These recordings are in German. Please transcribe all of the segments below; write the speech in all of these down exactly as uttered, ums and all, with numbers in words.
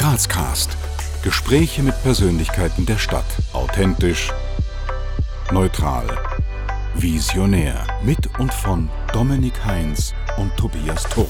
Grazcast. Gespräche mit Persönlichkeiten der Stadt. Authentisch, neutral, visionär. Mit und von Dominik Heinz und Tobias Turk.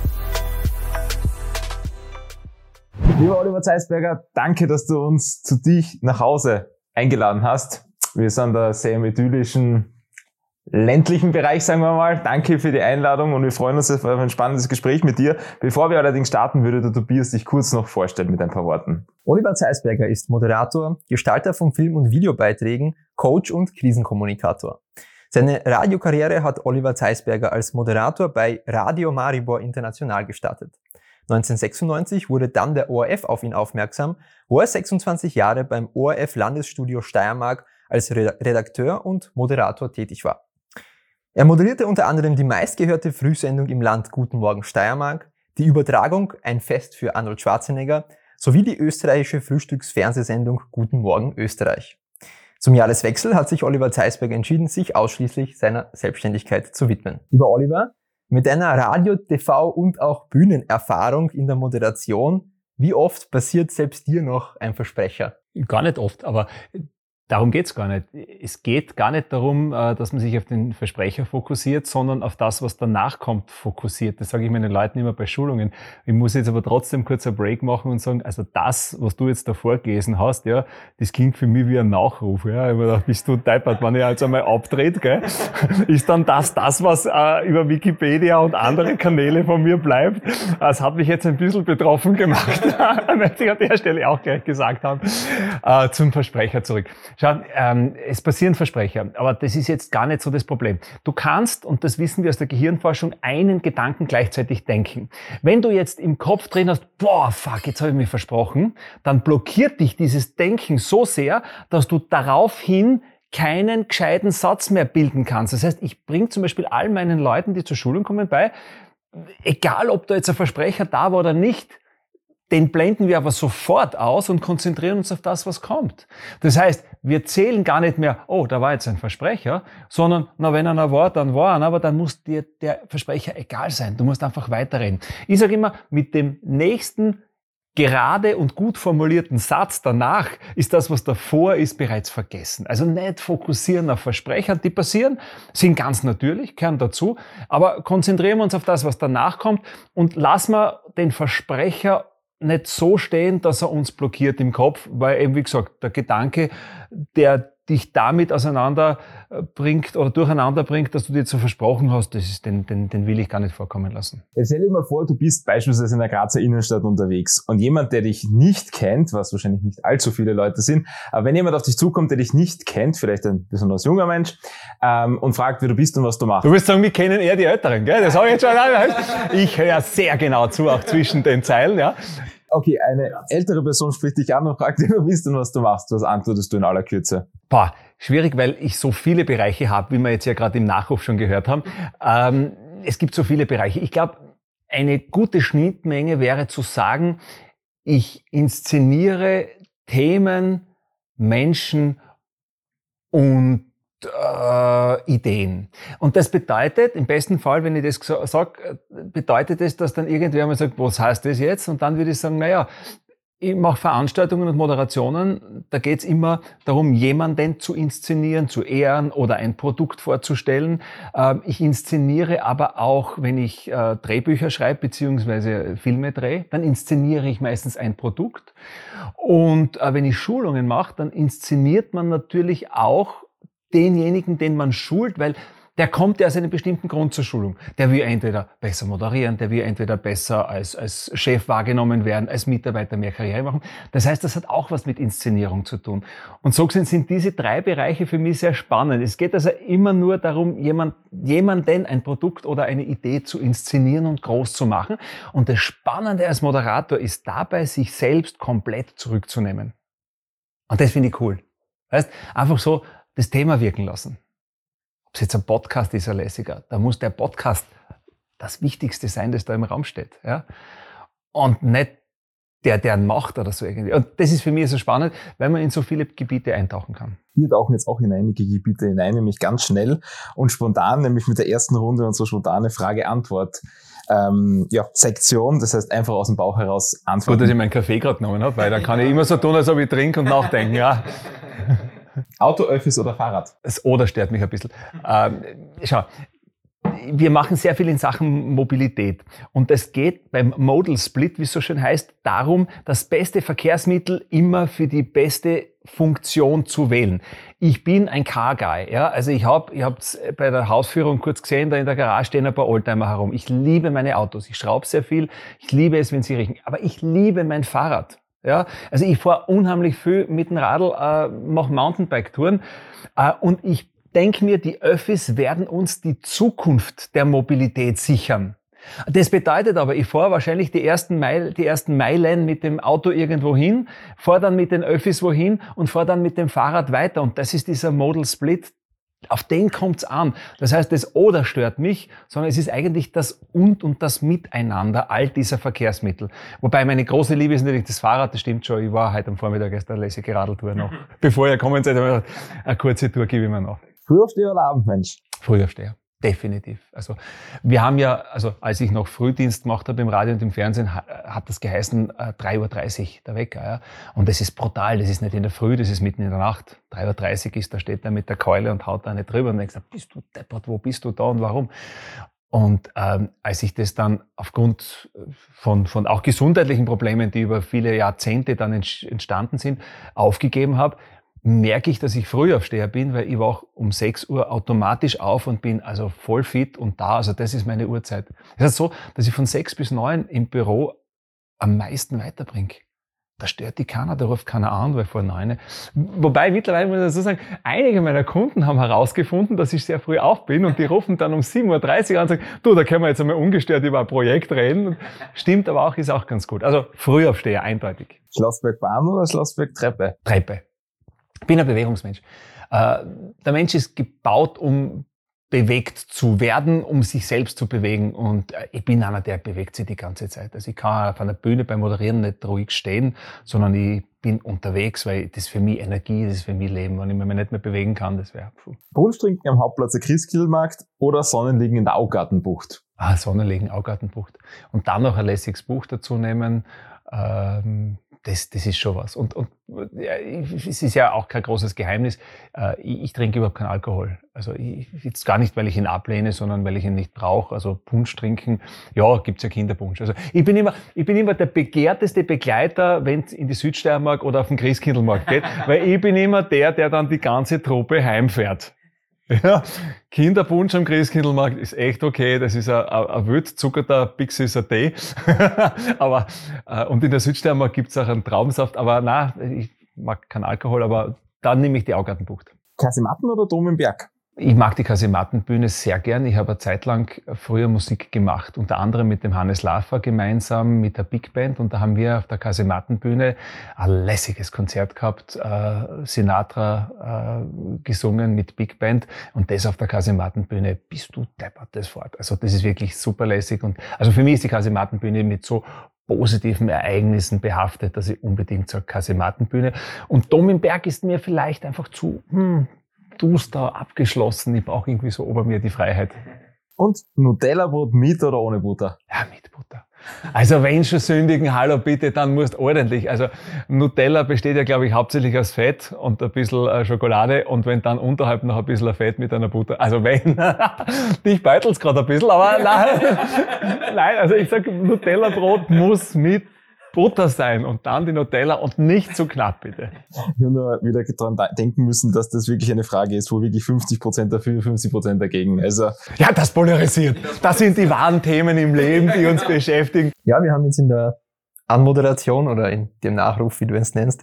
Lieber Oliver Zeisberger, danke, dass du uns zu dich nach Hause eingeladen hast. Wir sind da sehr im idyllischen ländlichen Bereich, sagen wir mal. Danke für die Einladung und wir freuen uns auf ein spannendes Gespräch mit dir. Bevor wir allerdings starten, würde der Tobias dich kurz noch vorstellen mit ein paar Worten. Oliver Zeisberger ist Moderator, Gestalter von Film- und Videobeiträgen, Coach und Krisenkommunikator. Seine Radiokarriere hat Oliver Zeisberger als Moderator bei Radio Maribor International gestartet. neunzehnhundertsechsundneunzig wurde dann der O R F auf ihn aufmerksam, wo er sechsundzwanzig Jahre beim O R F Landesstudio Steiermark als Redakteur und Moderator tätig war. Er moderierte unter anderem die meistgehörte Frühsendung im Land Guten Morgen Steiermark, die Übertragung Ein Fest für Arnold Schwarzenegger sowie die österreichische Frühstücksfernsehsendung Guten Morgen Österreich. Zum Jahreswechsel hat sich Oliver Zeisberger entschieden, sich ausschließlich seiner Selbstständigkeit zu widmen. Lieber Oliver, mit deiner Radio-, T V- und auch Bühnenerfahrung in der Moderation, wie oft passiert selbst dir noch ein Versprecher? Gar nicht oft, aber darum geht's gar nicht. Es geht gar nicht darum, dass man sich auf den Versprecher fokussiert, sondern auf das, was danach kommt, fokussiert. Das sage ich meinen Leuten immer bei Schulungen. Ich muss jetzt aber trotzdem kurz einen Break machen und sagen, also das, was du jetzt davor gelesen hast, ja, das klingt für mich wie ein Nachruf. Ja. Ich habe mir gedacht, bist du deppert, wenn ich jetzt einmal abdreht, gell? Ist dann das, das, was äh, über Wikipedia und andere Kanäle von mir bleibt? Das hat mich jetzt ein bisschen betroffen gemacht. Möchte ich an der Stelle auch gleich gesagt haben. Äh, zum Versprecher zurück. Schau, ähm, es passieren Versprecher, aber das ist jetzt gar nicht so das Problem. Du kannst, und das wissen wir aus der Gehirnforschung, einen Gedanken gleichzeitig denken. Wenn du jetzt im Kopf drin hast, boah, fuck, jetzt habe ich mir versprochen, dann blockiert dich dieses Denken so sehr, dass du daraufhin keinen gescheiten Satz mehr bilden kannst. Das heißt, ich bringe zum Beispiel all meinen Leuten, die zur Schulung kommen, bei, egal ob da jetzt ein Versprecher da war oder nicht, den blenden wir aber sofort aus und konzentrieren uns auf das, was kommt. Das heißt, wir zählen gar nicht mehr, oh, da war jetzt ein Versprecher, sondern, na, wenn einer war, dann war er, aber dann muss dir der Versprecher egal sein. Du musst einfach weiterreden. Ich sage immer, mit dem nächsten gerade und gut formulierten Satz danach ist das, was davor ist, bereits vergessen. Also nicht fokussieren auf Versprecher, die passieren, sind ganz natürlich, gehören dazu, aber konzentrieren wir uns auf das, was danach kommt und lassen wir den Versprecher nicht so stehen, dass er uns blockiert im Kopf, weil eben, wie gesagt, der Gedanke, der dich damit auseinanderbringt oder durcheinander bringt, dass du dir so versprochen hast, das ist, den, den, den will ich gar nicht vorkommen lassen. Jetzt stell dir mal vor, du bist beispielsweise in der Grazer Innenstadt unterwegs und jemand, der dich nicht kennt, was wahrscheinlich nicht allzu viele Leute sind, aber wenn jemand auf dich zukommt, der dich nicht kennt, vielleicht ein besonders junger Mensch, ähm, und fragt, wer du bist und was du machst. Du wirst sagen, wir kennen eher die Älteren, gell? Das habe ich jetzt schon. Ich höre sehr genau zu, auch zwischen den Zeilen, ja. Okay, eine ältere Person spricht dich an und fragt, wer du bist und was du machst. Was antwortest du in aller Kürze? Boah, schwierig, weil ich so viele Bereiche habe, wie wir jetzt ja gerade im Nachruf schon gehört haben. Ähm, es gibt so viele Bereiche. Ich glaube, eine gute Schnittmenge wäre zu sagen, ich inszeniere Themen, Menschen und Äh, Ideen. Und das bedeutet, im besten Fall, wenn ich das sage, bedeutet es, dass dann irgendwer mal sagt, was heißt das jetzt? Und dann würde ich sagen, naja, ich mache Veranstaltungen und Moderationen, da geht es immer darum, jemanden zu inszenieren, zu ehren oder ein Produkt vorzustellen. Ähm, ich inszeniere aber auch, wenn ich äh, Drehbücher schreibe beziehungsweise Filme drehe, dann inszeniere ich meistens ein Produkt. Und äh, wenn ich Schulungen mache, dann inszeniert man natürlich auch denjenigen, den man schult, weil der kommt ja aus einem bestimmten Grund zur Schulung. Der will entweder besser moderieren, der will entweder besser als, als Chef wahrgenommen werden, als Mitarbeiter mehr Karriere machen. Das heißt, das hat auch was mit Inszenierung zu tun. Und so gesehen sind diese drei Bereiche für mich sehr spannend. Es geht also immer nur darum, jemand, jemanden, ein Produkt oder eine Idee zu inszenieren und groß zu machen. Und das Spannende als Moderator ist dabei, sich selbst komplett zurückzunehmen. Und das finde ich cool. Heißt, einfach so das Thema wirken lassen. Ob es jetzt ein Podcast ist, ein lässiger, da muss der Podcast das Wichtigste sein, das da im Raum steht. Ja? Und nicht der, der ihn macht oder so irgendwie. Und das ist für mich so spannend, weil man in so viele Gebiete eintauchen kann. Wir tauchen jetzt auch in einige Gebiete hinein, nämlich ganz schnell und spontan, nämlich mit der ersten Runde unserer spontane Frage-Antwort ähm, ja, Sektion, das heißt einfach aus dem Bauch heraus antworten. Gut, dass ich meinen Kaffee gerade genommen habe, weil dann kann ich immer so tun, als ob ich trinke und nachdenken. Ja. Auto, Öffis oder Fahrrad? Das Oder stört mich ein bisschen. Ähm, schau, wir machen sehr viel in Sachen Mobilität. Und es geht beim Modal Split, wie es so schön heißt, darum, das beste Verkehrsmittel immer für die beste Funktion zu wählen. Ich bin ein Car-Guy. Ja? Also ich habe ich hab's bei der Hausführung kurz gesehen, da in der Garage stehen ein paar Oldtimer herum. Ich liebe meine Autos. Ich schraube sehr viel. Ich liebe es, wenn sie riechen. Aber ich liebe mein Fahrrad. Ja? Also ich fahre unheimlich viel mit dem Radl, äh, mache Mountainbike-Touren äh, und ich denke mir, die Öffis werden uns die Zukunft der Mobilität sichern. Das bedeutet aber, ich fahre wahrscheinlich die ersten, Meil, die ersten Meilen mit dem Auto irgendwo hin, fahre dann mit den Öffis wohin und fahre dann mit dem Fahrrad weiter. Und das ist dieser Modal Split. Auf den kommt's an. Das heißt, das Oder stört mich, sondern es ist eigentlich das Und und das Miteinander all dieser Verkehrsmittel. Wobei meine große Liebe ist natürlich das Fahrrad, das stimmt schon. Ich war heute am Vormittag erst eine lässige Radeltour noch. Bevor ihr kommen seid, eine kurze Tour gebe ich mir noch. Frühaufsteher oder Abendmensch? Frühaufsteher. Definitiv. Also wir haben ja, also als ich noch Frühdienst gemacht habe im Radio und im Fernsehen, hat das geheißen äh, drei Uhr dreißig der Wecker. Ja? Und das ist brutal. Das ist nicht in der Früh, das ist mitten in der Nacht. drei Uhr dreißig ist, da steht er mit der Keule und haut da nicht drüber. Und ich gesagt, bist du deppert, wo bist du da und warum? Und ähm, als ich das dann aufgrund von, von auch gesundheitlichen Problemen, die über viele Jahrzehnte dann entstanden sind, aufgegeben habe, merke ich, dass ich Frühaufsteher bin, weil ich wache um sechs Uhr automatisch auf und bin also voll fit und da. Also das ist meine Uhrzeit. Es ist so, dass ich von sechs bis neun im Büro am meisten weiterbringe. Da stört die keiner, da ruft keiner an, weil vor neun. Wobei mittlerweile muss ich dazu sagen, einige meiner Kunden haben herausgefunden, dass ich sehr früh auf bin und die rufen dann um sieben Uhr dreißig an und sagen, du, da können wir jetzt einmal ungestört über ein Projekt reden. Stimmt aber auch, ist auch ganz gut. Also Frühaufsteher, eindeutig. Schlossberg Bahn oder Schlossberg Treppe? Treppe. Ich bin ein Bewegungsmensch. Äh, der Mensch ist gebaut, um bewegt zu werden, um sich selbst zu bewegen. Und äh, ich bin einer, der bewegt sich die ganze Zeit. Also ich kann auf einer Bühne beim Moderieren nicht ruhig stehen, sondern ich bin unterwegs, weil das für mich Energie, das ist für mich Leben. Wenn ich mich nicht mehr bewegen kann, das wäre... Punsch trinken am Hauptplatz der Christkindlmarkt oder Sonnenliegen in der Augartenbucht? Ah, Sonnenliegen, Augartenbucht. Und dann noch ein lässiges Buch dazu nehmen, ähm, Das, das ist schon was. Und, und ja, es ist ja auch kein großes Geheimnis. Äh, ich, ich trinke überhaupt keinen Alkohol. Also ich, jetzt gar nicht, weil ich ihn ablehne, sondern weil ich ihn nicht brauche. Also Punsch trinken, ja, gibt's ja Kinderpunsch. Also ich bin immer, ich bin immer der begehrteste Begleiter, wenn es in die Südsteiermark oder auf den Christkindlmarkt geht, weil ich bin immer der, der dann die ganze Truppe heimfährt. Ja, Kinderpunsch am Christkindlmarkt ist echt okay. Das ist ein, ein, ein wild zuckerter Big Süßer Tee. aber, äh, und in der Südsteiermark gibt's auch einen Traubensaft. Aber nein, ich mag keinen Alkohol, aber dann nehme ich die Augartenbucht. Kasematten oder Dom im Berg? Ich mag die Kasemattenbühne sehr gern. Ich habe eine Zeit lang früher Musik gemacht, unter anderem mit dem Hannes Laffer gemeinsam mit der Big Band. Und da haben wir auf der Kasemattenbühne ein lässiges Konzert gehabt, äh, Sinatra äh, gesungen mit Big Band und das auf der Kasemattenbühne. Bist du deppert, das fort. Also das ist wirklich super lässig. Und also für mich ist die Kasemattenbühne mit so positiven Ereignissen behaftet, dass ich unbedingt zur Kasemattenbühne. Und Dom im Berg ist mir vielleicht einfach zu... Hm, duster, abgeschlossen. Ich brauche irgendwie so ober mir die Freiheit. Und Nutella-Brot mit oder ohne Butter? Ja, mit Butter. Also wenn schon sündigen, hallo bitte, dann musst ordentlich. Also Nutella besteht ja, glaube ich, hauptsächlich aus Fett und ein bisschen Schokolade und wenn dann unterhalb noch ein bisschen Fett mit einer Butter. Also wenn, dich beitelt's gerade ein bisschen, aber nein, nein, also ich sage, Nutella-Brot muss mit Butter sein und dann die Nutella und nicht zu knapp, bitte. Ich habe nur wieder daran denken müssen, dass das wirklich eine Frage ist, wo wirklich fünfzig Prozent dafür, fünfzig Prozent dagegen. Also ja, das polarisiert. Das sind die wahren Themen im Leben, die uns beschäftigen. Ja, wir haben jetzt in der Anmoderation oder in dem Nachruf, wie du es nennst,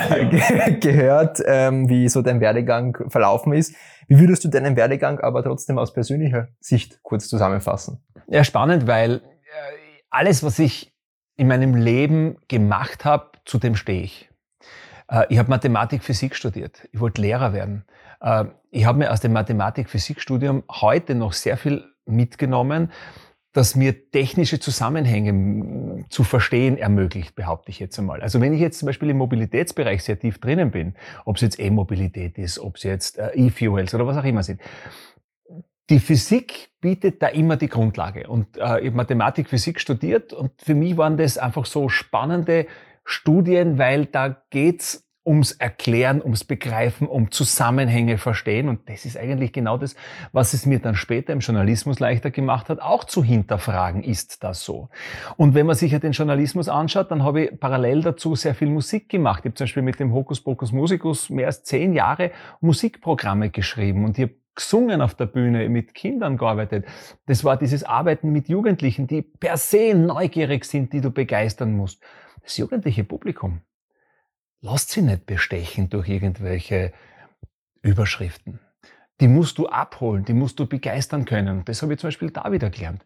ge- gehört, ähm, wie so dein Werdegang verlaufen ist. Wie würdest du deinen Werdegang aber trotzdem aus persönlicher Sicht kurz zusammenfassen? Ja, spannend, weil äh, alles, was ich in meinem Leben gemacht habe, zu dem stehe ich. Äh, ich habe Mathematik, Physik studiert. Ich wollte Lehrer werden. Äh, ich habe mir aus dem Mathematik-Physik-Studium heute noch sehr viel mitgenommen, das mir technische Zusammenhänge zu verstehen ermöglicht, behaupte ich jetzt einmal. Also wenn ich jetzt zum Beispiel im Mobilitätsbereich sehr tief drinnen bin, ob es jetzt E-Mobilität ist, ob es jetzt äh, E-Fuels oder was auch immer sind, die Physik bietet da immer die Grundlage. Und äh, ich habe Mathematik, Physik studiert und für mich waren das einfach so spannende Studien, weil da geht's ums Erklären, ums Begreifen, um Zusammenhänge verstehen. Und das ist eigentlich genau das, was es mir dann später im Journalismus leichter gemacht hat, auch zu hinterfragen, ist das so? Und wenn man sich ja den Journalismus anschaut, dann habe ich parallel dazu sehr viel Musik gemacht. Ich habe zum Beispiel mit dem Hokus Pokus Musicus mehr als zehn Jahre Musikprogramme geschrieben und ich habe gesungen auf der Bühne, mit Kindern gearbeitet. Das war dieses Arbeiten mit Jugendlichen, die per se neugierig sind, die du begeistern musst. Das jugendliche Publikum, lasst sie nicht bestechen durch irgendwelche Überschriften. Die musst du abholen, die musst du begeistern können. Das habe ich zum Beispiel da wieder gelernt.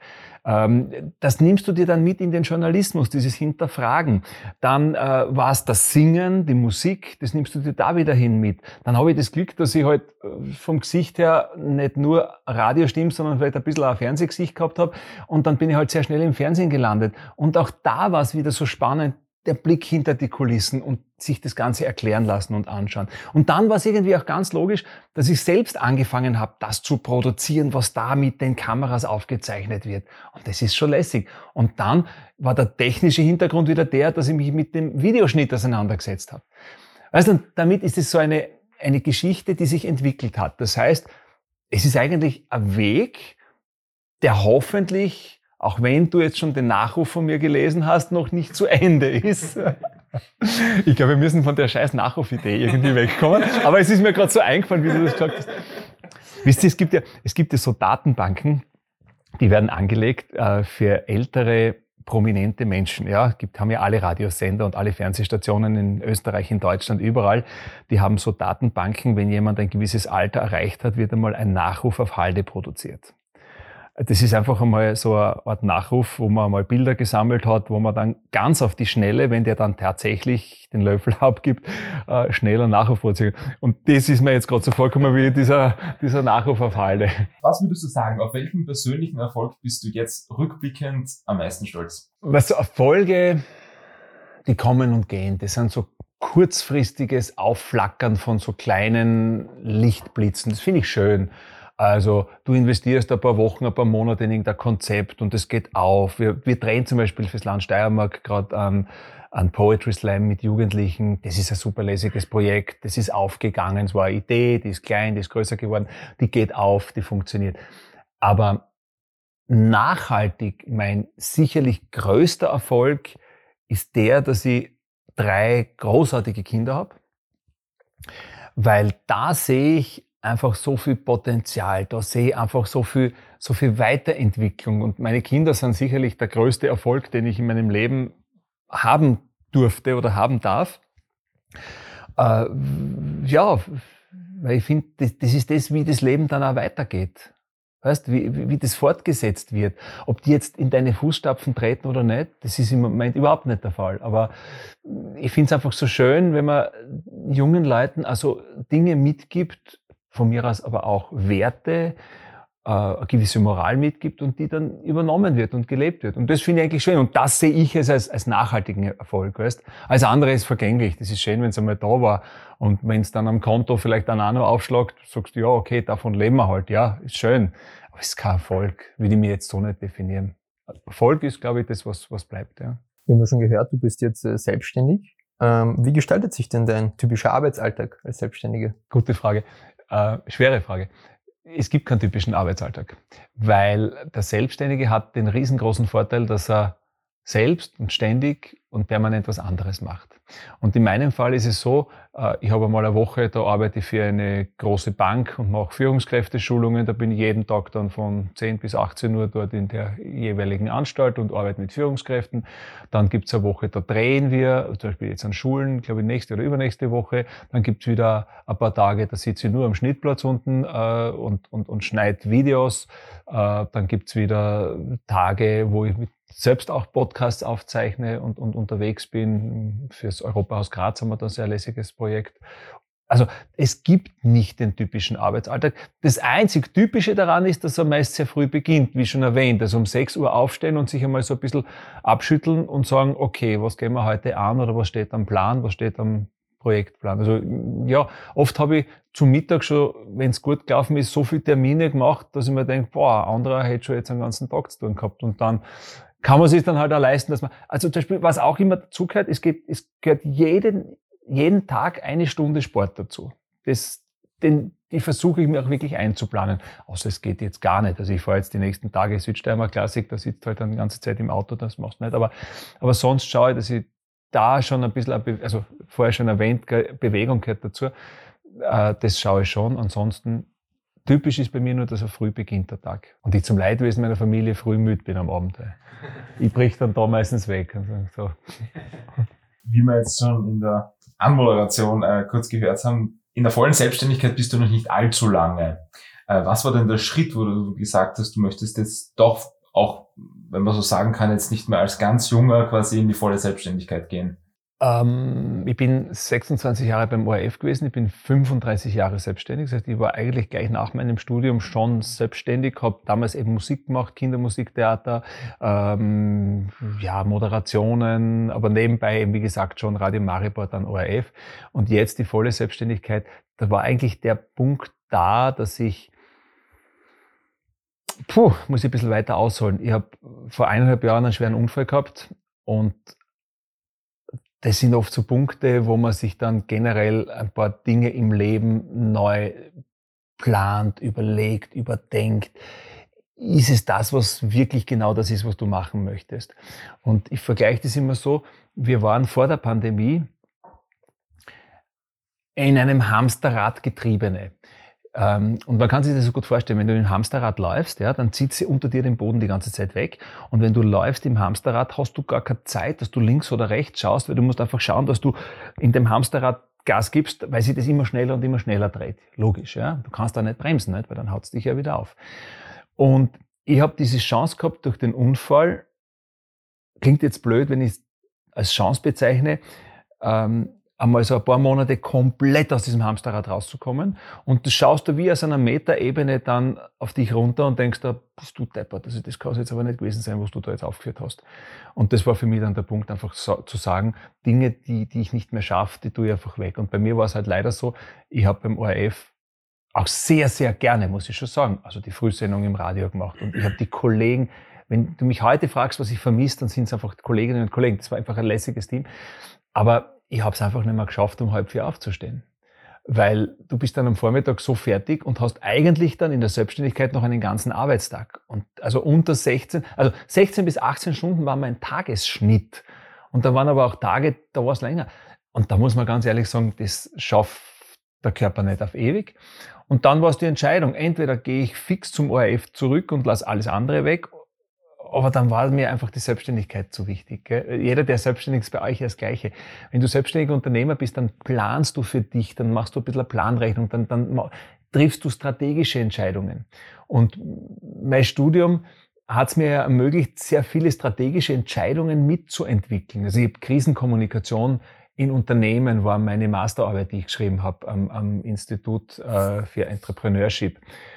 Das nimmst du dir dann mit in den Journalismus, dieses Hinterfragen. Dann äh, war es das Singen, die Musik, das nimmst du dir da wieder hin mit. Dann habe ich das Glück, dass ich halt vom Gesicht her nicht nur Radiostimme, sondern vielleicht ein bisschen ein Fernsehgesicht gehabt habe. Und dann bin ich halt sehr schnell im Fernsehen gelandet. Und auch da war es wieder so spannend, der Blick hinter die Kulissen und sich das Ganze erklären lassen und anschauen. Und dann war es irgendwie auch ganz logisch, dass ich selbst angefangen habe, das zu produzieren, was da mit den Kameras aufgezeichnet wird. Und das ist schon lässig. Und dann war der technische Hintergrund wieder der, dass ich mich mit dem Videoschnitt auseinandergesetzt habe. Also damit ist es so eine, eine Geschichte, die sich entwickelt hat. Das heißt, es ist eigentlich ein Weg, der hoffentlich, auch wenn du jetzt schon den Nachruf von mir gelesen hast, noch nicht zu Ende ist. Ich glaube, wir müssen von der scheiß Nachrufidee irgendwie wegkommen. Aber es ist mir gerade so eingefallen, wie du das gesagt hast. Wisst ihr, es gibt ja, es gibt ja so Datenbanken, die werden angelegt äh, für ältere, prominente Menschen. Ja, gibt, haben ja alle Radiosender und alle Fernsehstationen in Österreich, in Deutschland, überall. Die haben so Datenbanken, wenn jemand ein gewisses Alter erreicht hat, wird einmal ein Nachruf auf Halde produziert. Das ist einfach einmal so eine Art Nachruf, wo man einmal Bilder gesammelt hat, wo man dann ganz auf die Schnelle, wenn der dann tatsächlich den Löffel abgibt, äh, schneller Nachruf produziert. Und das ist mir jetzt gerade so vollkommen wie dieser, dieser Nachruf auf Halde. Was würdest du sagen, auf welchen persönlichen Erfolg bist du jetzt rückblickend am meisten stolz? Was so Erfolge, die kommen und gehen, das sind so kurzfristiges Aufflackern von so kleinen Lichtblitzen. Das finde ich schön. Also du investierst ein paar Wochen, ein paar Monate in irgendein Konzept und es geht auf. Wir, wir drehen zum Beispiel fürs Land Steiermark gerade an, an Poetry Slam mit Jugendlichen. Das ist ein super lässiges Projekt. Das ist aufgegangen. Es war eine Idee, die ist klein, die ist größer geworden. Die geht auf, die funktioniert. Aber nachhaltig, mein sicherlich größter Erfolg ist der, dass ich drei großartige Kinder habe. Weil da sehe ich einfach so viel Potenzial, da sehe ich einfach so viel, so viel Weiterentwicklung und meine Kinder sind sicherlich der größte Erfolg, den ich in meinem Leben haben durfte oder haben darf. Äh, ja, weil ich finde, das, das ist das, wie das Leben dann auch weitergeht. Weißt, wie, wie das fortgesetzt wird. Ob die jetzt in deine Fußstapfen treten oder nicht, das ist im Moment überhaupt nicht der Fall. Aber ich finde es einfach so schön, wenn man jungen Leuten also Dinge mitgibt, von mir aus aber auch Werte, äh, eine gewisse Moral mitgibt und die dann übernommen wird und gelebt wird. Und das finde ich eigentlich schön. Und das sehe ich als, als nachhaltigen Erfolg. Weißt? Alles andere ist vergänglich. Das ist schön, wenn es einmal da war. Und wenn es dann am Konto vielleicht dann auch noch aufschlägt, sagst du, ja, okay, davon leben wir halt. Ja, ist schön. Aber es ist kein Erfolg. Würde ich mir jetzt so nicht definieren. Erfolg ist, glaube ich, das, was, was bleibt. Ja. Wir haben ja schon gehört, du bist jetzt äh, selbstständig. Ähm, wie gestaltet sich denn dein typischer Arbeitsalltag als Selbstständige? Gute Frage. Äh, schwere Frage. Es gibt keinen typischen Arbeitsalltag, weil der Selbstständige hat den riesengroßen Vorteil, dass er selbst und ständig und permanent was anderes macht. Und in meinem Fall ist es so, ich habe einmal eine Woche, da arbeite ich für eine große Bank und mache Führungskräfteschulungen. Da bin ich jeden Tag dann von zehn bis achtzehn Uhr dort in der jeweiligen Anstalt und arbeite mit Führungskräften. Dann gibt es eine Woche, da drehen wir, zum Beispiel jetzt an Schulen, glaube ich nächste oder übernächste Woche. Dann gibt es wieder ein paar Tage, da sitze ich nur am Schnittplatz unten äh, und, und, und schneide Videos. Äh, dann gibt es wieder Tage, wo ich mit selbst auch Podcasts aufzeichne und, und unterwegs bin. Fürs Europahaus Graz haben wir da ein sehr lässiges Projekt. Also es gibt nicht den typischen Arbeitsalltag. Das einzig Typische daran ist, dass er meist sehr früh beginnt, wie schon erwähnt. Also um sechs Uhr aufstehen und sich einmal so ein bisschen abschütteln und sagen, okay, was gehen wir heute an oder was steht am Plan, was steht am Projektplan. Also ja, oft habe ich zum Mittag schon, wenn es gut gelaufen ist, so viele Termine gemacht, dass ich mir denke, boah, ein anderer hätte schon jetzt einen ganzen Tag zu tun gehabt. Und dann kann man sich dann halt auch leisten, dass man, also zum Beispiel, was auch immer dazugehört, es geht, es gehört jeden, jeden Tag eine Stunde Sport dazu. Das, den, die versuche ich mir auch wirklich einzuplanen. Außer es geht jetzt gar nicht. Also ich fahre jetzt die nächsten Tage Südsteimer Klassik, da sitzt halt dann die ganze Zeit im Auto, das machst du nicht. Aber, aber sonst schaue ich, dass ich da schon ein bisschen, also vorher schon erwähnt, Bewegung gehört dazu. Das schaue ich schon. Ansonsten, typisch ist bei mir nur, dass er früh beginnt, der Tag. Und ich zum Leidwesen meiner Familie früh müde bin am Abend. Ich brich dann da meistens weg. Und so. Wie wir jetzt schon in der Anmoderation äh, kurz gehört haben, in der vollen Selbstständigkeit bist du noch nicht allzu lange. Äh, was war denn der Schritt, wo du gesagt hast, du möchtest jetzt doch auch, wenn man so sagen kann, jetzt nicht mehr als ganz Junger quasi in die volle Selbstständigkeit gehen? Ähm, ich bin sechsundzwanzig Jahre beim O R F gewesen, ich bin fünfunddreißig Jahre selbstständig. Das heißt, ich war eigentlich gleich nach meinem Studium schon selbstständig, habe damals eben Musik gemacht, Kindermusiktheater, ähm, ja, Moderationen, aber nebenbei eben, wie gesagt, schon Radio Maribor, dann O R F. Und jetzt die volle Selbstständigkeit, da war eigentlich der Punkt da, dass ich Puh, muss ich ein bisschen weiter ausholen. Ich habe vor eineinhalb Jahren einen schweren Unfall gehabt und das sind oft so Punkte, wo man sich dann generell ein paar Dinge im Leben neu plant, überlegt, überdenkt. Ist es das, was wirklich genau das ist, was du machen möchtest? Und ich vergleiche das immer so, wir waren vor der Pandemie in einem Hamsterrad-Getriebene. Und man kann sich das so gut vorstellen, wenn du im Hamsterrad läufst, ja, dann zieht sie unter dir den Boden die ganze Zeit weg. Und wenn du läufst im Hamsterrad, hast du gar keine Zeit, dass du links oder rechts schaust, weil du musst einfach schauen, dass du in dem Hamsterrad Gas gibst, weil sich das immer schneller und immer schneller dreht. Logisch, ja. Du kannst da nicht bremsen, nicht? Weil dann haut es dich ja wieder auf. Und ich habe diese Chance gehabt durch den Unfall, klingt jetzt blöd, wenn ich es als Chance bezeichne, ähm, einmal so ein paar Monate komplett aus diesem Hamsterrad rauszukommen. Und du schaust da wie aus einer Metaebene dann auf dich runter und denkst da, bist du deppert, also das kann jetzt aber nicht gewesen sein, was du da jetzt aufgeführt hast. Und das war für mich dann der Punkt, einfach so, zu sagen, Dinge, die, die ich nicht mehr schaffe, die tue ich einfach weg. Und bei mir war es halt leider so, ich habe beim O R F auch sehr, sehr gerne, muss ich schon sagen, also die Frühsendung im Radio gemacht. Und ich habe die Kollegen, wenn du mich heute fragst, was ich vermisse, dann sind es einfach Kolleginnen und Kollegen. Das war einfach ein lässiges Team. Aber ich habe es einfach nicht mehr geschafft, um halb vier aufzustehen. Weil du bist dann am Vormittag so fertig und hast eigentlich dann in der Selbstständigkeit noch einen ganzen Arbeitstag. Und also unter sechzehn, also sechzehn bis achtzehn Stunden war mein Tagesschnitt. Und da waren aber auch Tage, da war es länger. Und da muss man ganz ehrlich sagen, das schafft der Körper nicht auf ewig. Und dann war es die Entscheidung, entweder gehe ich fix zum O R F zurück und lasse alles andere weg, aber dann war mir einfach die Selbstständigkeit zu wichtig. Gell? Jeder, der selbstständig ist, bei euch ist das Gleiche. Wenn du selbstständiger Unternehmer bist, dann planst du für dich, dann machst du ein bisschen eine Planrechnung, dann, dann triffst du strategische Entscheidungen. Und mein Studium hat es mir ja ermöglicht, sehr viele strategische Entscheidungen mitzuentwickeln. Also ich habe Krisenkommunikation in Unternehmen, war meine Masterarbeit, die ich geschrieben habe am, am Institut äh, für Entrepreneurship.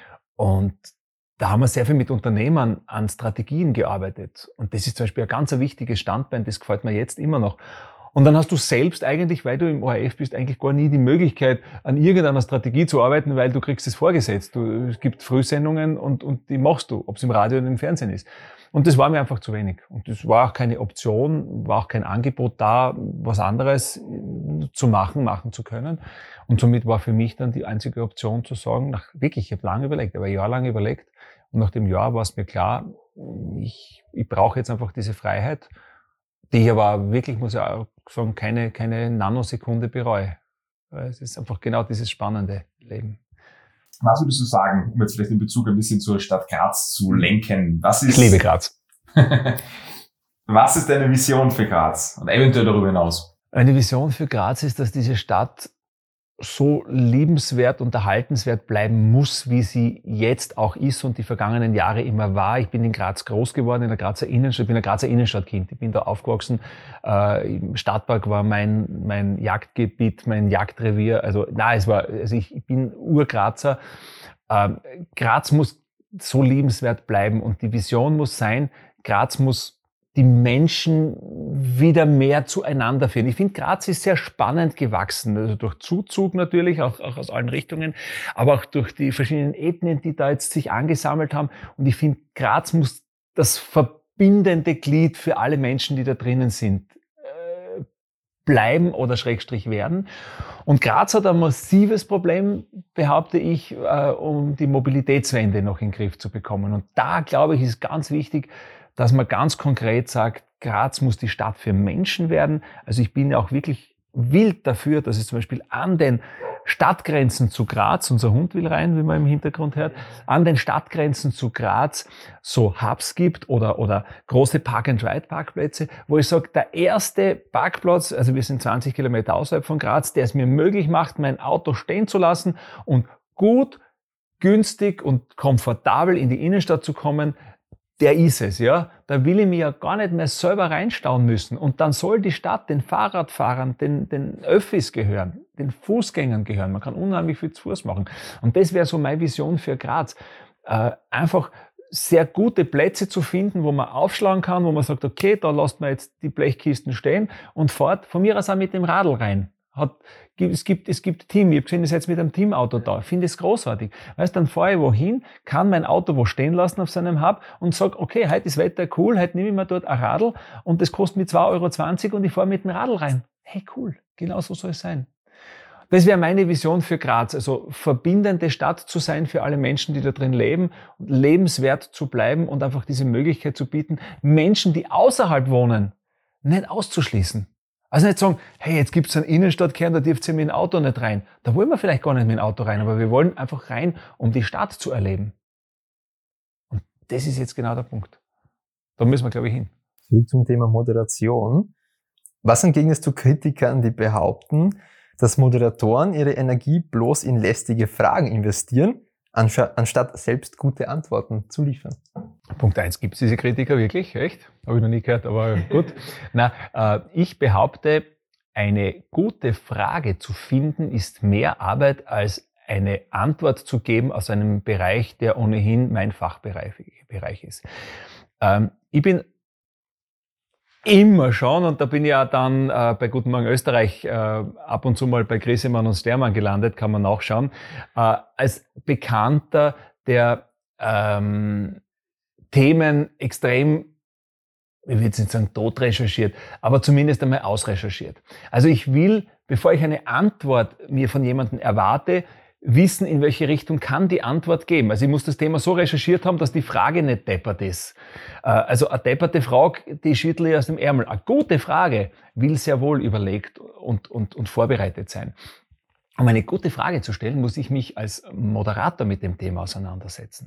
Und da haben wir sehr viel mit Unternehmern an Strategien gearbeitet. Und das ist zum Beispiel ein ganz ein wichtiges Standbein, das gefällt mir jetzt immer noch. Und dann hast du selbst eigentlich, weil du im O R F bist, eigentlich gar nie die Möglichkeit, an irgendeiner Strategie zu arbeiten, weil du kriegst es vorgesetzt. Du, es gibt Frühsendungen und, und die machst du, ob es im Radio oder im Fernsehen ist. Und das war mir einfach zu wenig. Und das war auch keine Option, war auch kein Angebot da, was anderes zu machen, machen zu können. Und somit war für mich dann die einzige Option zu sagen, nach, wirklich, ich habe lange überlegt, aber jahrelang überlegt. Und nach dem Jahr war es mir klar, ich, ich brauche jetzt einfach diese Freiheit, die ich aber wirklich, muss ich auch sagen, keine, keine Nanosekunde bereue. Weil es ist einfach genau dieses spannende Leben. Was würdest du sagen, um jetzt vielleicht in Bezug ein bisschen zur Stadt Graz zu lenken? Was ist, ich liebe Graz. Was ist deine Vision für Graz und eventuell darüber hinaus? Eine Vision für Graz ist, dass diese Stadt so liebenswert und erhaltenswert bleiben muss, wie sie jetzt auch ist und die vergangenen Jahre immer war. Ich bin in Graz groß geworden, in der Grazer Innenstadt. Ich bin ein Grazer Innenstadtkind. Ich bin da aufgewachsen. Äh, Im Stadtpark war mein, mein Jagdgebiet, mein Jagdrevier. Also, na, es war, also ich, ich bin Urgrazer. Ähm, Graz muss so liebenswert bleiben und die Vision muss sein, Graz muss die Menschen wieder mehr zueinander führen. Ich finde, Graz ist sehr spannend gewachsen, also durch Zuzug natürlich, auch, auch aus allen Richtungen, aber auch durch die verschiedenen Ethnien, die da jetzt sich angesammelt haben. Und ich finde, Graz muss das verbindende Glied für alle Menschen, die da drinnen sind, äh, bleiben oder Schrägstrich werden. Und Graz hat ein massives Problem, behaupte ich, äh, um die Mobilitätswende noch in den Griff zu bekommen. Und da, glaube ich, ist ganz wichtig, dass man ganz konkret sagt, Graz muss die Stadt für Menschen werden. Also ich bin ja auch wirklich wild dafür, dass es zum Beispiel an den Stadtgrenzen zu Graz, unser Hund will rein, wie man im Hintergrund hört, an den Stadtgrenzen zu Graz so Hubs gibt oder, oder große Park-and-Ride-Parkplätze, wo ich sage, der erste Parkplatz, also wir sind zwanzig Kilometer außerhalb von Graz, der es mir möglich macht, mein Auto stehen zu lassen und gut, günstig und komfortabel in die Innenstadt zu kommen, der ist es, ja. Da will ich mich ja gar nicht mehr selber reinstauen müssen. Und dann soll die Stadt den Fahrradfahrern, den, den Öffis gehören, den Fußgängern gehören. Man kann unheimlich viel zu Fuß machen. Und das wäre so meine Vision für Graz. Äh, einfach sehr gute Plätze zu finden, wo man aufschlagen kann, wo man sagt, okay, da lasst man jetzt die Blechkisten stehen und fahrt von mir aus auch mit dem Radl rein. Hat, es gibt, es gibt Team. Ich habe gesehen, ihr seid mit einem Teamauto da. Ich finde es großartig. Weißt, dann fahre ich wohin, kann mein Auto wo stehen lassen auf seinem Hub und sage, okay, heute ist Wetter cool, heute nehme ich mir dort ein Radl und das kostet mir zwei Euro zwanzig und ich fahre mit dem Radl rein. Hey, cool. Genau so soll es sein. Das wäre meine Vision für Graz. Also verbindende Stadt zu sein für alle Menschen, die da drin leben, lebenswert zu bleiben und einfach diese Möglichkeit zu bieten, Menschen, die außerhalb wohnen, nicht auszuschließen. Also nicht sagen, hey, jetzt gibt's einen Innenstadtkern, da dürft ihr mit dem Auto nicht rein. Da wollen wir vielleicht gar nicht mit dem Auto rein, aber wir wollen einfach rein, um die Stadt zu erleben. Und das ist jetzt genau der Punkt. Da müssen wir, glaube ich, hin. Zurück zum Thema Moderation. Was entgegnest du Kritikern, die behaupten, dass Moderatoren ihre Energie bloß in lästige Fragen investieren, anstatt selbst gute Antworten zu liefern? Punkt eins, gibt es diese Kritiker wirklich? Echt? Habe ich noch nie gehört, aber gut. Na, äh, ich behaupte, eine gute Frage zu finden, ist mehr Arbeit als eine Antwort zu geben aus einem Bereich, der ohnehin mein Fachbereich Bereich ist. Ähm, ich bin immer schon, und da bin ich ja dann äh, bei Guten Morgen Österreich äh, ab und zu mal bei Grissemann und Stermann gelandet, kann man nachschauen, äh, als Bekannter der ähm, Themen extrem, ich will jetzt nicht sagen tot recherchiert, aber zumindest einmal ausrecherchiert. Also ich will, bevor ich eine Antwort mir von jemandem erwarte, wissen, in welche Richtung kann die Antwort geben. Also ich muss das Thema so recherchiert haben, dass die Frage nicht deppert ist. Also eine depperte Frage, die schüttle ich aus dem Ärmel. Eine gute Frage will sehr wohl überlegt und, und, und vorbereitet sein. Um eine gute Frage zu stellen, muss ich mich als Moderator mit dem Thema auseinandersetzen.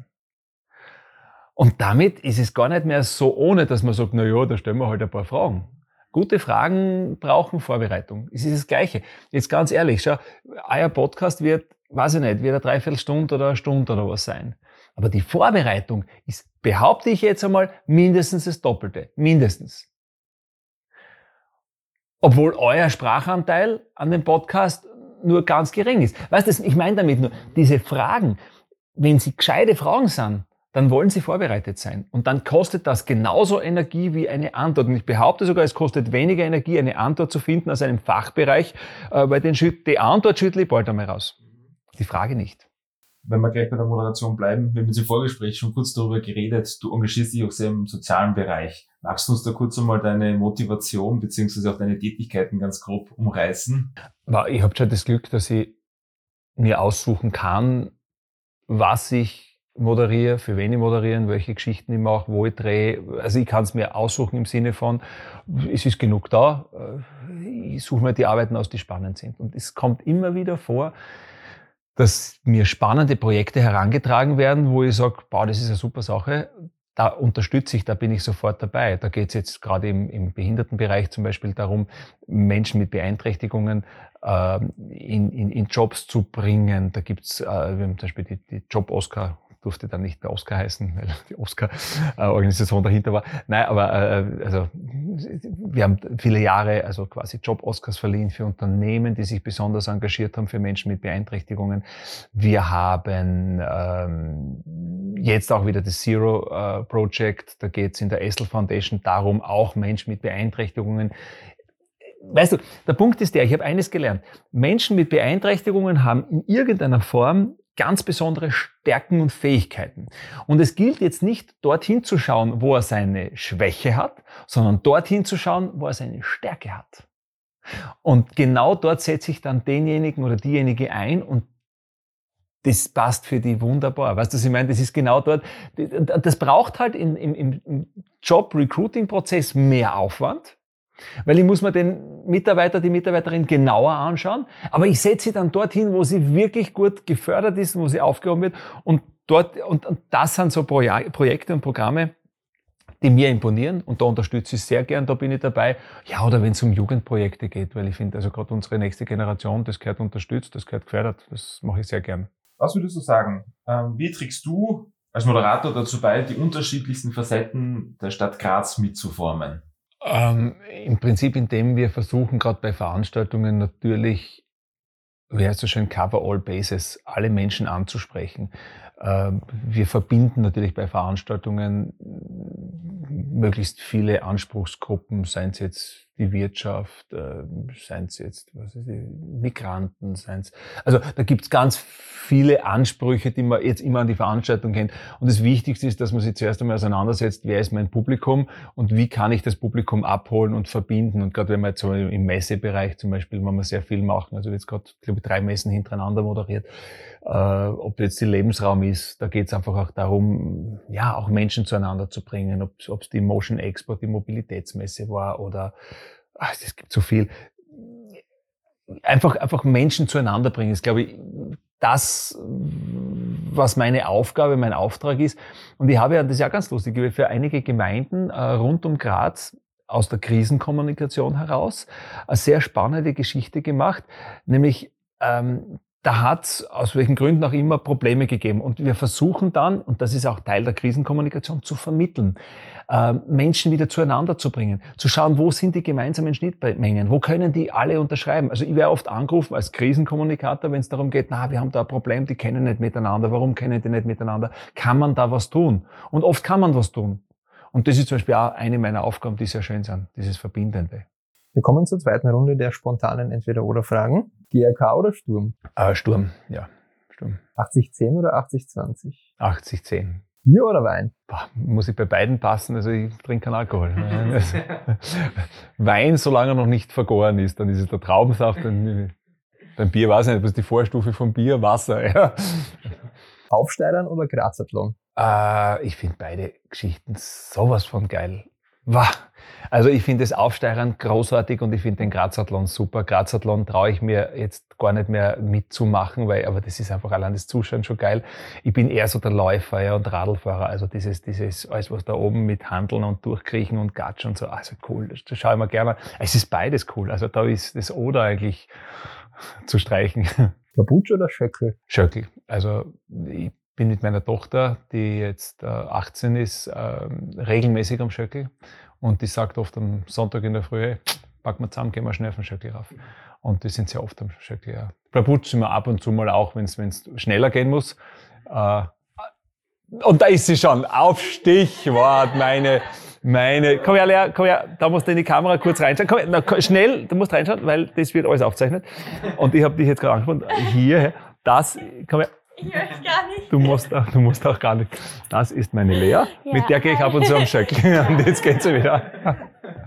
Und damit ist es gar nicht mehr so ohne, dass man sagt, na ja, da stellen wir halt ein paar Fragen. Gute Fragen brauchen Vorbereitung. Es ist das Gleiche. Jetzt ganz ehrlich, schau, euer Podcast wird, weiß ich nicht, wird eine Dreiviertelstunde oder eine Stunde oder was sein. Aber die Vorbereitung ist, behaupte ich jetzt einmal, mindestens das Doppelte. Mindestens. Obwohl euer Sprachanteil an dem Podcast nur ganz gering ist. Weißt du, ich meine damit nur, diese Fragen, wenn sie gescheite Fragen sind, dann wollen sie vorbereitet sein. Und dann kostet das genauso Energie wie eine Antwort. Und ich behaupte sogar, es kostet weniger Energie, eine Antwort zu finden aus einem Fachbereich, äh, weil den Schüt- die Antwort schüttle ich bald einmal raus. Die Frage nicht. Wenn wir gleich bei der Moderation bleiben, wir haben uns im Vorgespräch schon kurz darüber geredet, du engagierst dich auch sehr im sozialen Bereich. Magst du uns da kurz einmal deine Motivation beziehungsweise auch deine Tätigkeiten ganz grob umreißen? Ich habe schon das Glück, dass ich mir aussuchen kann, was ich moderiere, für wen ich moderiere, welche Geschichten ich mache, wo ich drehe. Also ich kann es mir aussuchen im Sinne von, es ist genug da, ich suche mir die Arbeiten aus, die spannend sind. Und es kommt immer wieder vor, dass mir spannende Projekte herangetragen werden, wo ich sage, boah, das ist eine super Sache, da unterstütze ich, da bin ich sofort dabei. Da geht es jetzt gerade im, im Behindertenbereich zum Beispiel darum, Menschen mit Beeinträchtigungen äh, in, in, in Jobs zu bringen. Da gibt's, äh, wir haben zum Beispiel die, die Job-Oscar durfte dann nicht mehr Oscar heißen, weil die Oscar-Organisation dahinter war. Nein, aber äh, also wir haben viele Jahre also quasi Job-Oscars verliehen für Unternehmen, die sich besonders engagiert haben für Menschen mit Beeinträchtigungen. Wir haben ähm, jetzt auch wieder das Zero äh, Project, da geht es in der Essl Foundation darum, auch Menschen mit Beeinträchtigungen. Weißt du, der Punkt ist der, ich habe eines gelernt. Menschen mit Beeinträchtigungen haben in irgendeiner Form ganz besondere Stärken und Fähigkeiten. Und es gilt jetzt nicht, dorthin zu schauen, wo er seine Schwäche hat, sondern dorthin zu schauen, wo er seine Stärke hat. Und genau dort setze ich dann denjenigen oder diejenige ein und das passt für die wunderbar. Weißt du, was ich meine? Das ist genau dort. Das braucht halt im, im, im Job-Recruiting-Prozess mehr Aufwand. Weil ich muss mir den Mitarbeiter, die Mitarbeiterin genauer anschauen, aber ich setze sie dann dorthin, wo sie wirklich gut gefördert ist, wo sie aufgehoben wird und dort, und, und das sind so Proje- Projekte und Programme, die mir imponieren und da unterstütze ich sehr gern, da bin ich dabei. Ja, oder wenn es um Jugendprojekte geht, weil ich finde, also gerade unsere nächste Generation, das gehört unterstützt, das gehört gefördert, das mache ich sehr gern. Was würdest du sagen? Wie trägst du als Moderator dazu bei, die unterschiedlichsten Facetten der Stadt Graz mitzuformen? Ähm, Im Prinzip, indem wir versuchen, gerade bei Veranstaltungen natürlich, wie heißt so schön, cover all bases, alle Menschen anzusprechen. Ähm, wir verbinden natürlich bei Veranstaltungen möglichst viele Anspruchsgruppen, seien es jetzt die Wirtschaft, äh, seien es jetzt was ist die, Migranten, seien es... Also da gibt es ganz viele Ansprüche, die man jetzt immer an die Veranstaltung kennt. Und das Wichtigste ist, dass man sich zuerst einmal auseinandersetzt, wer ist mein Publikum und wie kann ich das Publikum abholen und verbinden. Und gerade wenn wir jetzt so im Messebereich zum Beispiel, wenn wir sehr viel machen, also jetzt gerade, glaube ich, drei Messen hintereinander moderiert, äh, ob jetzt die Lebensraum ist, da geht es einfach auch darum, ja, auch Menschen zueinander zu bringen, ob es die Motion Expo, die Mobilitätsmesse war oder ach, es gibt so viel. Einfach, einfach Menschen zueinander bringen, ist, glaube ich, das, was meine Aufgabe, mein Auftrag ist. Und ich habe ja, das ist ja ganz lustig, ich habe für einige Gemeinden äh, rund um Graz aus der Krisenkommunikation heraus eine sehr spannende Geschichte gemacht, nämlich ähm, da hat es aus welchen Gründen auch immer Probleme gegeben. Und wir versuchen dann, und das ist auch Teil der Krisenkommunikation, zu vermitteln, äh, Menschen wieder zueinander zu bringen, zu schauen, wo sind die gemeinsamen Schnittmengen, wo können die alle unterschreiben. Also ich werde oft angerufen als Krisenkommunikator, wenn es darum geht, na, wir haben da ein Problem, die kennen nicht miteinander, warum kennen die nicht miteinander? Kann man da was tun? Und oft kann man was tun. Und das ist zum Beispiel auch eine meiner Aufgaben, die sehr schön sind, dieses Verbindende. Wir kommen zur zweiten Runde der spontanen Entweder-Oder-Fragen. G R K oder Sturm? Äh, Sturm, ja, Sturm. achtzig zehn oder achtzig zwanzig? achtzig zehn. Bier oder Wein? Boah, muss ich bei beiden passen, also ich trinke keinen Alkohol. Wein, solange er noch nicht vergoren ist, dann ist es der Traubensaft, dann, beim Bier weiß ich nicht, was ist die Vorstufe vom Bier? Wasser, ja. Aufsteigern oder Grazathlon? Äh, ich finde beide Geschichten sowas von geil. Wow. Also ich finde das Aufsteigern großartig und ich finde den Grazathlon super. Grazathlon traue ich mir jetzt gar nicht mehr mitzumachen, weil, aber das ist einfach allein das Zuschauen schon geil. Ich bin eher so der Läufer, ja, und Radlfahrer. Also dieses, dieses, alles was da oben mit Handeln und Durchkriechen und Gatschen und so, also cool, das, das schaue ich mir gerne an. Es ist beides cool. Also da ist das Oder eigentlich zu streichen. Plabutsch oder Schöckl? Schöckl. Also ich bin mit meiner Tochter, die jetzt äh, achtzehn ist, äh, regelmäßig am Schöckl. Und die sagt oft am Sonntag in der Früh, hey, packen wir zusammen, gehen wir schnell auf den Schöckl rauf. Und die sind sehr oft am Schöckl, ja. Plabutsch sind wir ab und zu mal auch, wenn es schneller gehen muss. Äh, und da ist sie schon, auf Stichwort, meine, meine, komm her, Lea, komm her, da musst du in die Kamera kurz reinschauen. Komm her, na, schnell, du musst reinschauen, weil das wird alles aufgezeichnet. Und ich habe dich jetzt gerade angesprochen, hier, das, komm her. Ich möchte gar nicht. Du musst, auch, du musst auch gar nicht. Das ist meine Lea, ja, mit der gehe ich ab und zu am Schöckl. Und jetzt geht sie wieder.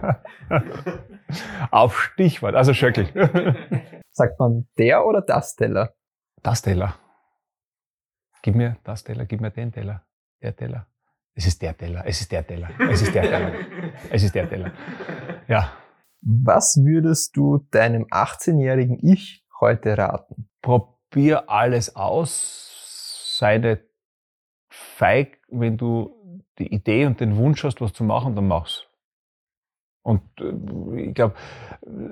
Auf Stichwort, also Schöckl. Sagt man der oder das Teller? Das Teller. Gib mir das Teller, gib mir den Teller. Der Teller. Es ist der Teller, es ist der Teller, es ist der Teller. Es ist der Teller. Ja. Was würdest du deinem achtzehnjährigen Ich heute raten? Probier alles aus, sei nicht feig, wenn du die Idee und den Wunsch hast, was zu machen, dann mach's. Und äh, ich glaube,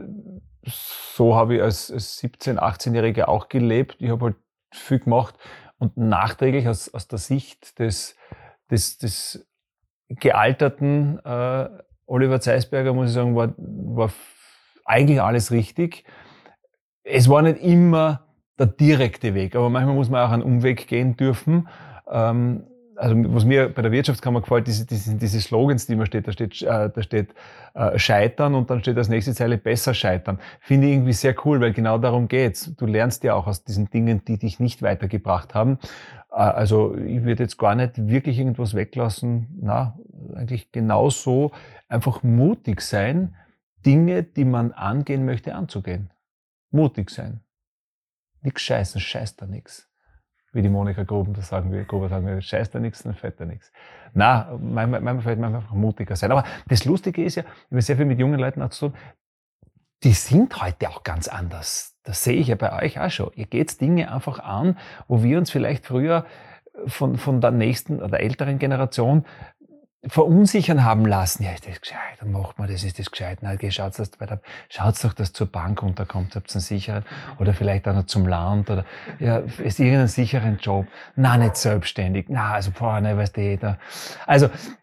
so habe ich als, als siebzehn-, achtzehnjähriger auch gelebt. Ich habe halt viel gemacht Und nachträglich aus, aus der Sicht des, des, des gealterten äh, Oliver Zeisberger, muss ich sagen, war, war eigentlich alles richtig. Es war nicht immer der direkte Weg, aber manchmal muss man auch einen Umweg gehen dürfen. Ähm, also was mir bei der Wirtschaftskammer gefällt, diese, diese, diese Slogans, die immer steht, da steht, äh, da steht äh, Scheitern und dann steht als nächste Zeile besser scheitern. Finde ich irgendwie sehr cool, weil genau darum geht's. Du lernst ja auch aus diesen Dingen, die dich nicht weitergebracht haben. Äh, also ich würde jetzt gar nicht wirklich irgendwas weglassen. Na, eigentlich genauso einfach mutig sein, Dinge, die man angehen möchte, anzugehen. Mutig sein. Nix scheißen, scheißt da nix. Wie die Monika Gruber das sagen will, Gruber sagen will, scheißt da nix, dann fällt da nix. Na, manchmal, manchmal fällt man einfach mutiger sein. Aber das Lustige ist ja, ich habe sehr viel mit jungen Leuten auch zu tun, die sind heute auch ganz anders. Das sehe ich ja bei euch auch schon. Ihr geht Dinge einfach an, wo wir uns vielleicht früher von, von der nächsten oder älteren Generation verunsichern haben lassen. Ja, ist das gescheit, dann macht man das, ist das gescheit. Na, okay, schaut's, dass bei der, schaut's doch, dass zur Bank runterkommt, habt einen sicheren, oder vielleicht auch noch zum Land, oder, ja, ist irgendeinen sicheren Job. Na, nicht selbstständig. Na, also, boah, ne, weißt du, da. Also,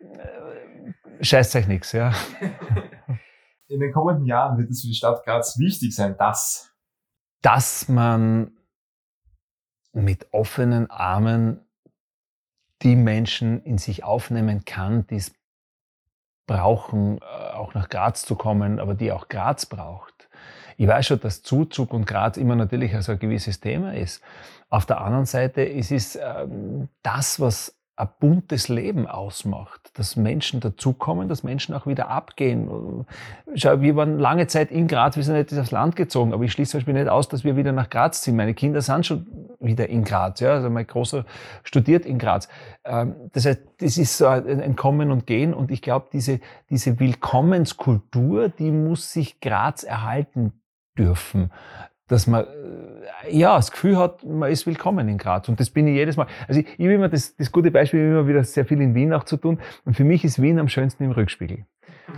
äh, scheißt euch nix, ja. In den kommenden Jahren wird es für die Stadt Graz wichtig sein, dass, dass man mit offenen Armen die Menschen in sich aufnehmen kann, die es brauchen, auch nach Graz zu kommen, aber die auch Graz braucht. Ich weiß schon, dass Zuzug und Graz immer natürlich also ein gewisses Thema ist. Auf der anderen Seite ist es ähm, das, was ein buntes Leben ausmacht, dass Menschen dazukommen, dass Menschen auch wieder abgehen. Schau, wir waren lange Zeit in Graz, wir sind nicht aufs Land gezogen, aber ich schließe zum Beispiel nicht aus, dass wir wieder nach Graz ziehen. Meine Kinder sind schon wieder in Graz, ja, also mein Großer studiert in Graz. Das heißt, das ist so ein Kommen und Gehen und ich glaube, diese, diese Willkommenskultur, die muss sich Graz erhalten dürfen. Dass man ja das Gefühl hat, man ist willkommen in Graz. Und das bin ich jedes Mal. Also ich, ich habe immer das, das gute Beispiel, ich habe immer wieder sehr viel in Wien auch zu tun. Und für mich ist Wien am schönsten im Rückspiegel.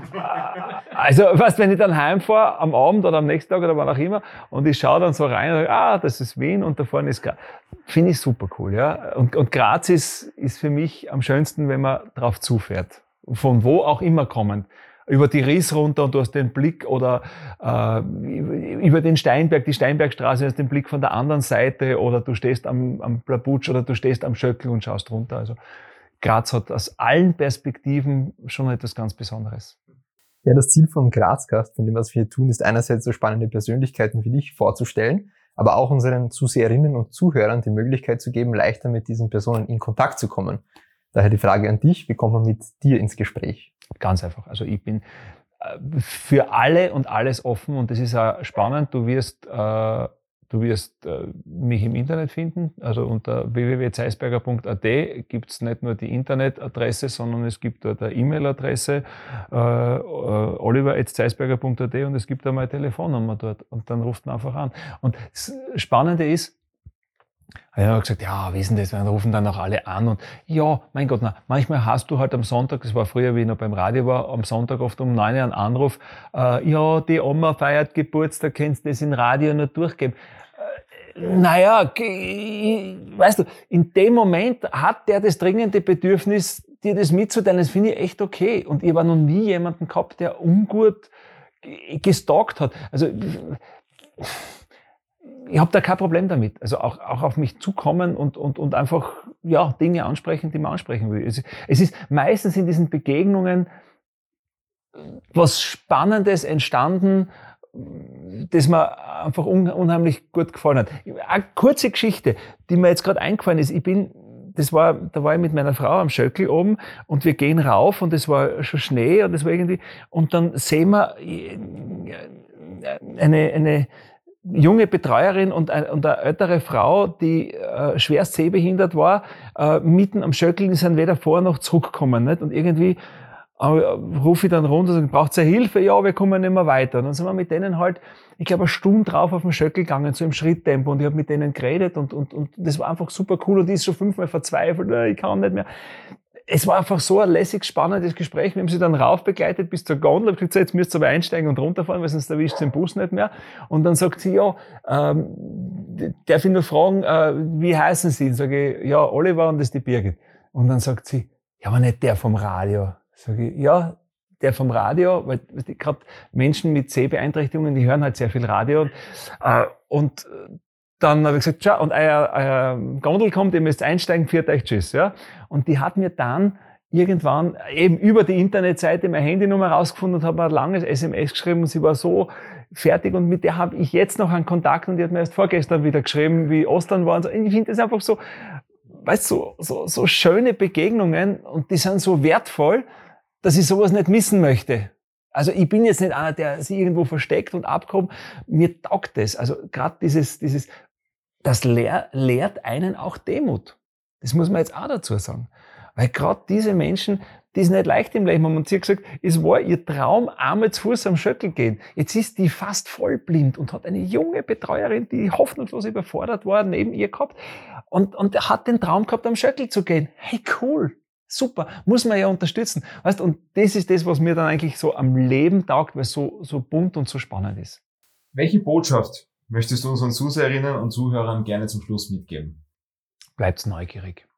Also, weißt, wenn ich dann heimfahre, am Abend oder am nächsten Tag oder wann auch immer, und ich schaue dann so rein und sage, ah, das ist Wien und da vorne ist Graz. Finde ich super cool, ja. Und, und Graz ist, ist für mich am schönsten, wenn man drauf zufährt. Von wo auch immer kommend. Über die Ries runter und du hast den Blick oder äh, über den Steinberg, die Steinbergstraße, hast den Blick von der anderen Seite oder du stehst am, am Plabutsch oder du stehst am Schöckl und schaust runter. Also Graz hat aus allen Perspektiven schon etwas ganz Besonderes. Ja, das Ziel von Grazcast, von dem, was wir hier tun, ist einerseits so spannende Persönlichkeiten wie dich vorzustellen, aber auch unseren Zuseherinnen und Zuhörern die Möglichkeit zu geben, leichter mit diesen Personen in Kontakt zu kommen. Daher die Frage an dich, wie kommt man mit dir ins Gespräch? Ganz einfach. Also ich bin für alle und alles offen und das ist auch spannend. Du wirst, äh, du wirst äh, mich im Internet finden. Also unter w w w punkt zeisberger punkt a t gibt es nicht nur die Internetadresse, sondern es gibt dort eine E-Mail-Adresse äh, oliver punkt zeisberger punkt a t und es gibt auch meine Telefonnummer dort und dann ruft man einfach an. Und das Spannende ist, ich habe gesagt, ja, wie ist denn das? Dann rufen dann auch alle an und ja, mein Gott, na, manchmal hast du halt am Sonntag, das war früher, wie ich noch beim Radio war, am Sonntag oft um neun Uhr einen Anruf, äh, ja, die Oma feiert Geburtstag, kannst du das im Radio nur durchgeben? Äh, naja, weißt du, in dem Moment hat der das dringende Bedürfnis, dir das mitzuteilen, das finde ich echt okay. Und ich habe noch nie jemanden gehabt, der ungut gestalkt hat. Also, ich habe da kein Problem damit. Also auch, auch auf mich zukommen und, und, und einfach ja, Dinge ansprechen, die man ansprechen will. Es, es ist meistens in diesen Begegnungen was Spannendes entstanden, das mir einfach un, unheimlich gut gefallen hat. Eine kurze Geschichte, die mir jetzt gerade eingefallen ist. Ich bin, das war, da war ich mit meiner Frau am Schöckl oben und wir gehen rauf und es war schon Schnee und das war irgendwie, und dann sehen wir eine, eine junge Betreuerin und, ein, und eine ältere Frau, die äh, schwerst sehbehindert war, äh, mitten am Schöckeln, die sind weder vor noch zurückgekommen. Nicht? Und irgendwie äh, rufe ich dann runter und sage, braucht ihr Hilfe? Ja, wir kommen nicht mehr weiter. Und dann sind wir mit denen halt, ich glaube, eine Stunde drauf auf den Schöckel gegangen, so im Schritttempo. Und ich habe mit denen geredet und, und, und das war einfach super cool. Und die ist schon fünfmal verzweifelt, ich kann nicht mehr. Es war einfach so ein lässig, spannendes Gespräch. Wir haben sie dann rauf begleitet bis zur Gondel. Ich habe gesagt, jetzt müsst ihr aber einsteigen und runterfahren, weil sonst erwischt sie den Bus nicht mehr. Und dann sagt sie, ja, ähm, darf ich nur fragen, äh, wie heißen Sie? Sage ich, ja, Oliver und das ist die Birgit. Und dann sagt sie, ja, aber nicht der vom Radio. Sage ich, ja, der vom Radio, weil gerade Menschen mit Sehbeeinträchtigungen, die hören halt sehr viel Radio. Äh, und dann habe ich gesagt, schau, und euer, euer Gondel kommt, ihr müsst einsteigen, viert euch, tschüss. Ja? Und die hat mir dann irgendwann eben über die Internetseite meine Handynummer rausgefunden und hat mir ein langes S M S geschrieben und sie war so fertig und mit der habe ich jetzt noch einen Kontakt und die hat mir erst vorgestern wieder geschrieben, wie Ostern war und so. Ich finde das einfach so, weißt du, so, so, so schöne Begegnungen und die sind so wertvoll, dass ich sowas nicht missen möchte. Also ich bin jetzt nicht einer, der sich irgendwo versteckt und abkommt. Mir taugt das. Also gerade dieses, dieses, das lehr, lehrt einen auch Demut. Das muss man jetzt auch dazu sagen. Weil gerade diese Menschen, die ist nicht leicht im Leben haben. Und sie hat gesagt, es war ihr Traum, einmal zu Fuß am Schöttl gehen. Jetzt ist die fast vollblind und hat eine junge Betreuerin, die hoffnungslos überfordert war, neben ihr gehabt. Und, und hat den Traum gehabt, am Schöttl zu gehen. Hey, cool. Super. Muss man ja unterstützen. Weißt, und das ist das, was mir dann eigentlich so am Leben taugt, weil es so, so bunt und so spannend ist. Welche Botschaft möchtest du unseren Zuseherinnen und Zuhörern gerne zum Schluss mitgeben? Bleibt's neugierig.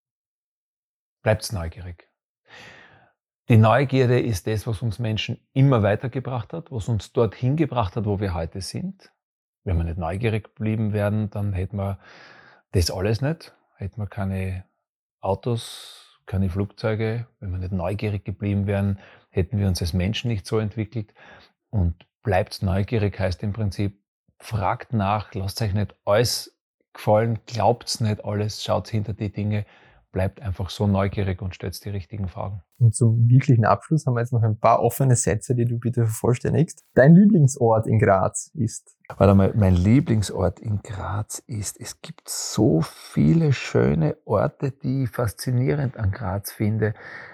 Bleibt's neugierig. Die Neugierde ist das, was uns Menschen immer weitergebracht hat, was uns dorthin gebracht hat, wo wir heute sind. Wenn wir nicht neugierig geblieben wären, dann hätten wir das alles nicht. Hätten wir keine Autos, keine Flugzeuge. Wenn wir nicht neugierig geblieben wären, hätten wir uns als Menschen nicht so entwickelt. Und bleibt's neugierig heißt im Prinzip, fragt nach, lasst euch nicht alles gefallen, glaubt's nicht alles, schaut hinter die Dinge, bleibt einfach so neugierig und stellt die richtigen Fragen. Und zum wirklichen Abschluss haben wir jetzt noch ein paar offene Sätze, die du bitte vervollständigst. Dein Lieblingsort in Graz ist? Warte mal, mein Lieblingsort in Graz ist, es gibt so viele schöne Orte, die ich faszinierend an Graz finde.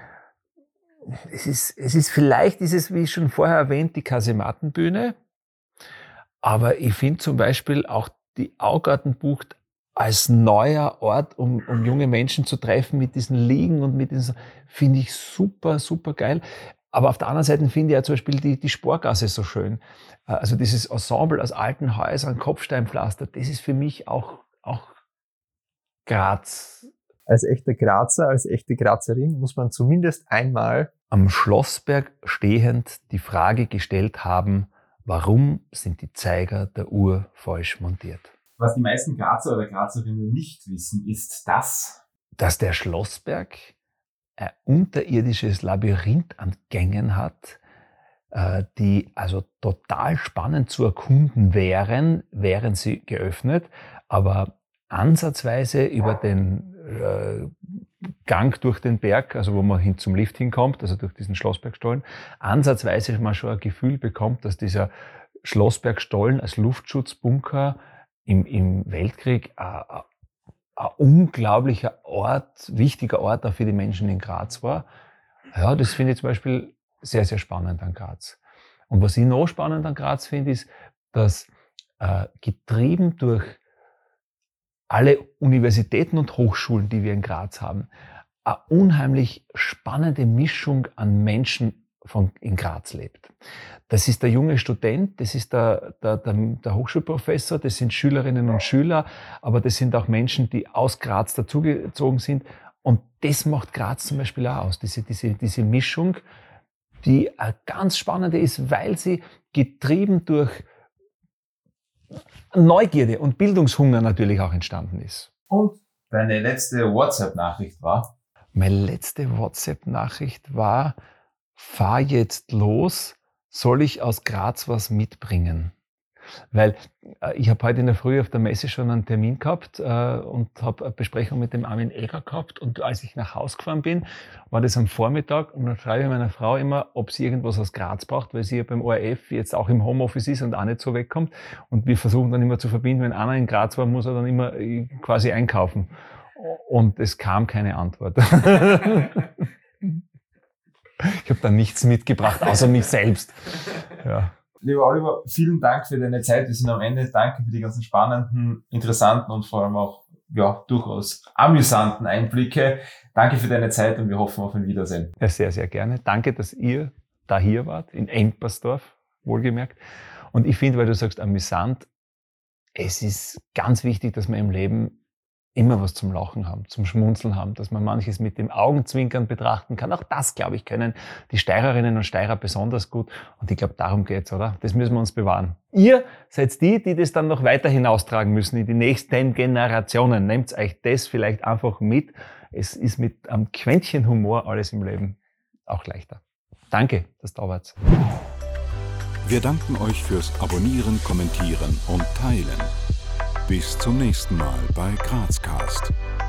Es ist, es ist vielleicht, ist es, wie schon vorher erwähnt, die Kasematenbühne. Aber ich finde zum Beispiel auch die Augartenbucht als neuer Ort, um, um junge Menschen zu treffen mit diesen Liegen und mit diesen, finde ich super, super geil. Aber auf der anderen Seite finde ich ja zum Beispiel die, die Sporgasse so schön. Also dieses Ensemble aus alten Häusern, Kopfsteinpflaster, das ist für mich auch, auch Graz. Als echter Grazer, als echte Grazerin muss man zumindest einmal am Schlossberg stehend die Frage gestellt haben, warum sind die Zeiger der Uhr falsch montiert? Was die meisten Grazer oder Grazerinnen nicht wissen, ist das, dass der Schlossberg ein unterirdisches Labyrinth an Gängen hat, die also total spannend zu erkunden wären, wären sie geöffnet, aber ansatzweise über den äh, Gang durch den Berg, also wo man hin zum Lift hinkommt, also durch diesen Schlossbergstollen, ansatzweise man schon ein Gefühl bekommt, dass dieser Schlossbergstollen als Luftschutzbunker im, im Weltkrieg ein, ein unglaublicher Ort, wichtiger Ort auch für die Menschen in Graz war. Ja, das finde ich zum Beispiel sehr, sehr spannend an Graz. Und was ich noch spannend an Graz finde, ist, dass äh, getrieben durch alle Universitäten und Hochschulen, die wir in Graz haben, eine unheimlich spannende Mischung an Menschen von in Graz lebt. Das ist der junge Student, das ist der, der, der, der Hochschulprofessor, das sind Schülerinnen und Schüler, aber das sind auch Menschen, die aus Graz dazugezogen sind. Und das macht Graz zum Beispiel auch aus, diese, diese, diese Mischung, die eine ganz spannende ist, weil sie getrieben durch Neugierde und Bildungshunger natürlich auch entstanden ist. Und deine letzte WhatsApp-Nachricht war? Meine letzte WhatsApp-Nachricht war, fahr jetzt los, soll ich aus Graz was mitbringen? Weil äh, ich habe heute in der Früh auf der Messe schon einen Termin gehabt äh, und habe eine Besprechung mit dem Armin Egger gehabt. Und als ich nach Hause gefahren bin, war das am Vormittag und dann schreibe ich meiner Frau immer, ob sie irgendwas aus Graz braucht, weil sie ja beim O R F jetzt auch im Homeoffice ist und auch nicht so wegkommt. Und wir versuchen dann immer zu verbinden, wenn einer in Graz war, muss er dann immer quasi einkaufen. Und es kam keine Antwort. Ich habe da nichts mitgebracht, außer mich selbst. Ja. Lieber Oliver, vielen Dank für deine Zeit. Wir sind am Ende. Danke für die ganzen spannenden, interessanten und vor allem auch ja durchaus amüsanten Einblicke. Danke für deine Zeit und wir hoffen auf ein Wiedersehen. Ja, sehr, sehr gerne. Danke, dass ihr da hier wart, in Engersdorf, wohlgemerkt. Und ich finde, weil du sagst amüsant, es ist ganz wichtig, dass wir im Leben immer was zum Lachen haben, zum Schmunzeln haben, dass man manches mit dem Augenzwinkern betrachten kann. Auch das, glaube ich, können die Steirerinnen und Steirer besonders gut. Und ich glaube, darum geht's, oder? Das müssen wir uns bewahren. Ihr seid die, die das dann noch weiter hinaustragen müssen in die nächsten Generationen. Nehmt euch das vielleicht einfach mit. Es ist mit einem Quäntchen Humor alles im Leben auch leichter. Danke, dass du da wart. Wir danken euch fürs Abonnieren, Kommentieren und Teilen. Bis zum nächsten Mal bei Grazcast.